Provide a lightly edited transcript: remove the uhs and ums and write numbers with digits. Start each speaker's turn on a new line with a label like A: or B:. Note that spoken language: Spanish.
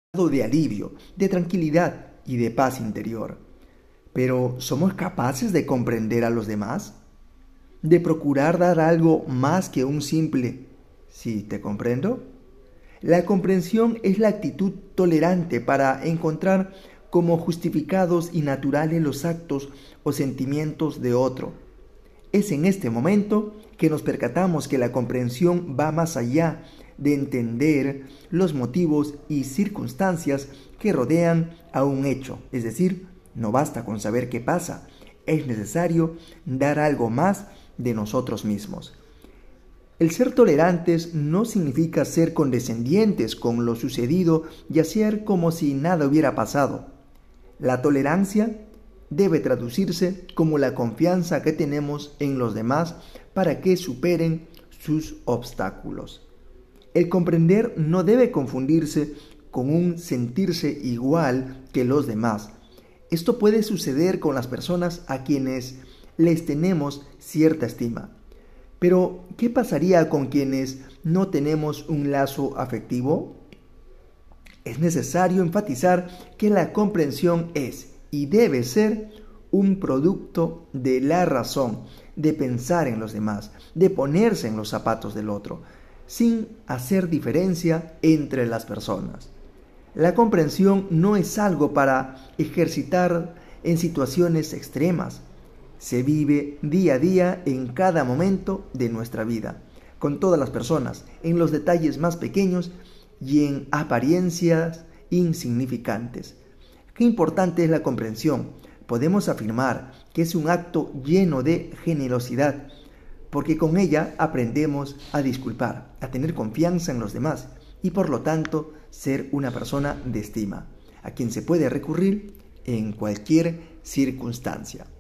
A: de alivio, de tranquilidad y de paz interior. Pero ¿somos capaces de comprender a los demás? ¿De procurar dar algo más que un simple "sí, te comprendo"? La comprensión es la actitud tolerante para encontrar como justificados y naturales los actos o sentimientos de otro. Es en este momento que nos percatamos que la comprensión va más allá de entender los motivos y circunstancias que rodean a un hecho. Es decir, no basta con saber qué pasa, es necesario dar algo más de nosotros mismos. El ser tolerantes no significa ser condescendientes con lo sucedido y hacer como si nada hubiera pasado. La tolerancia debe traducirse como la confianza que tenemos en los demás para que superen sus obstáculos. El comprender no debe confundirse con un sentirse igual que los demás. Esto puede suceder con las personas a quienes les tenemos cierta estima. Pero, ¿qué pasaría con quienes no tenemos un lazo afectivo? Es necesario enfatizar que la comprensión es y debe ser un producto de la razón, de pensar en los demás, de ponerse en los zapatos del otro, sin hacer diferencia entre las personas. La comprensión no es algo para ejercitar en situaciones extremas. Se vive día a día en cada momento de nuestra vida, con todas las personas, en los detalles más pequeños y en apariencias insignificantes. Qué importante es la comprensión. Podemos afirmar que es un acto lleno de generosidad, porque con ella aprendemos a disculpar, a tener confianza en los demás y por lo tanto ser una persona de estima, a quien se puede recurrir en cualquier circunstancia.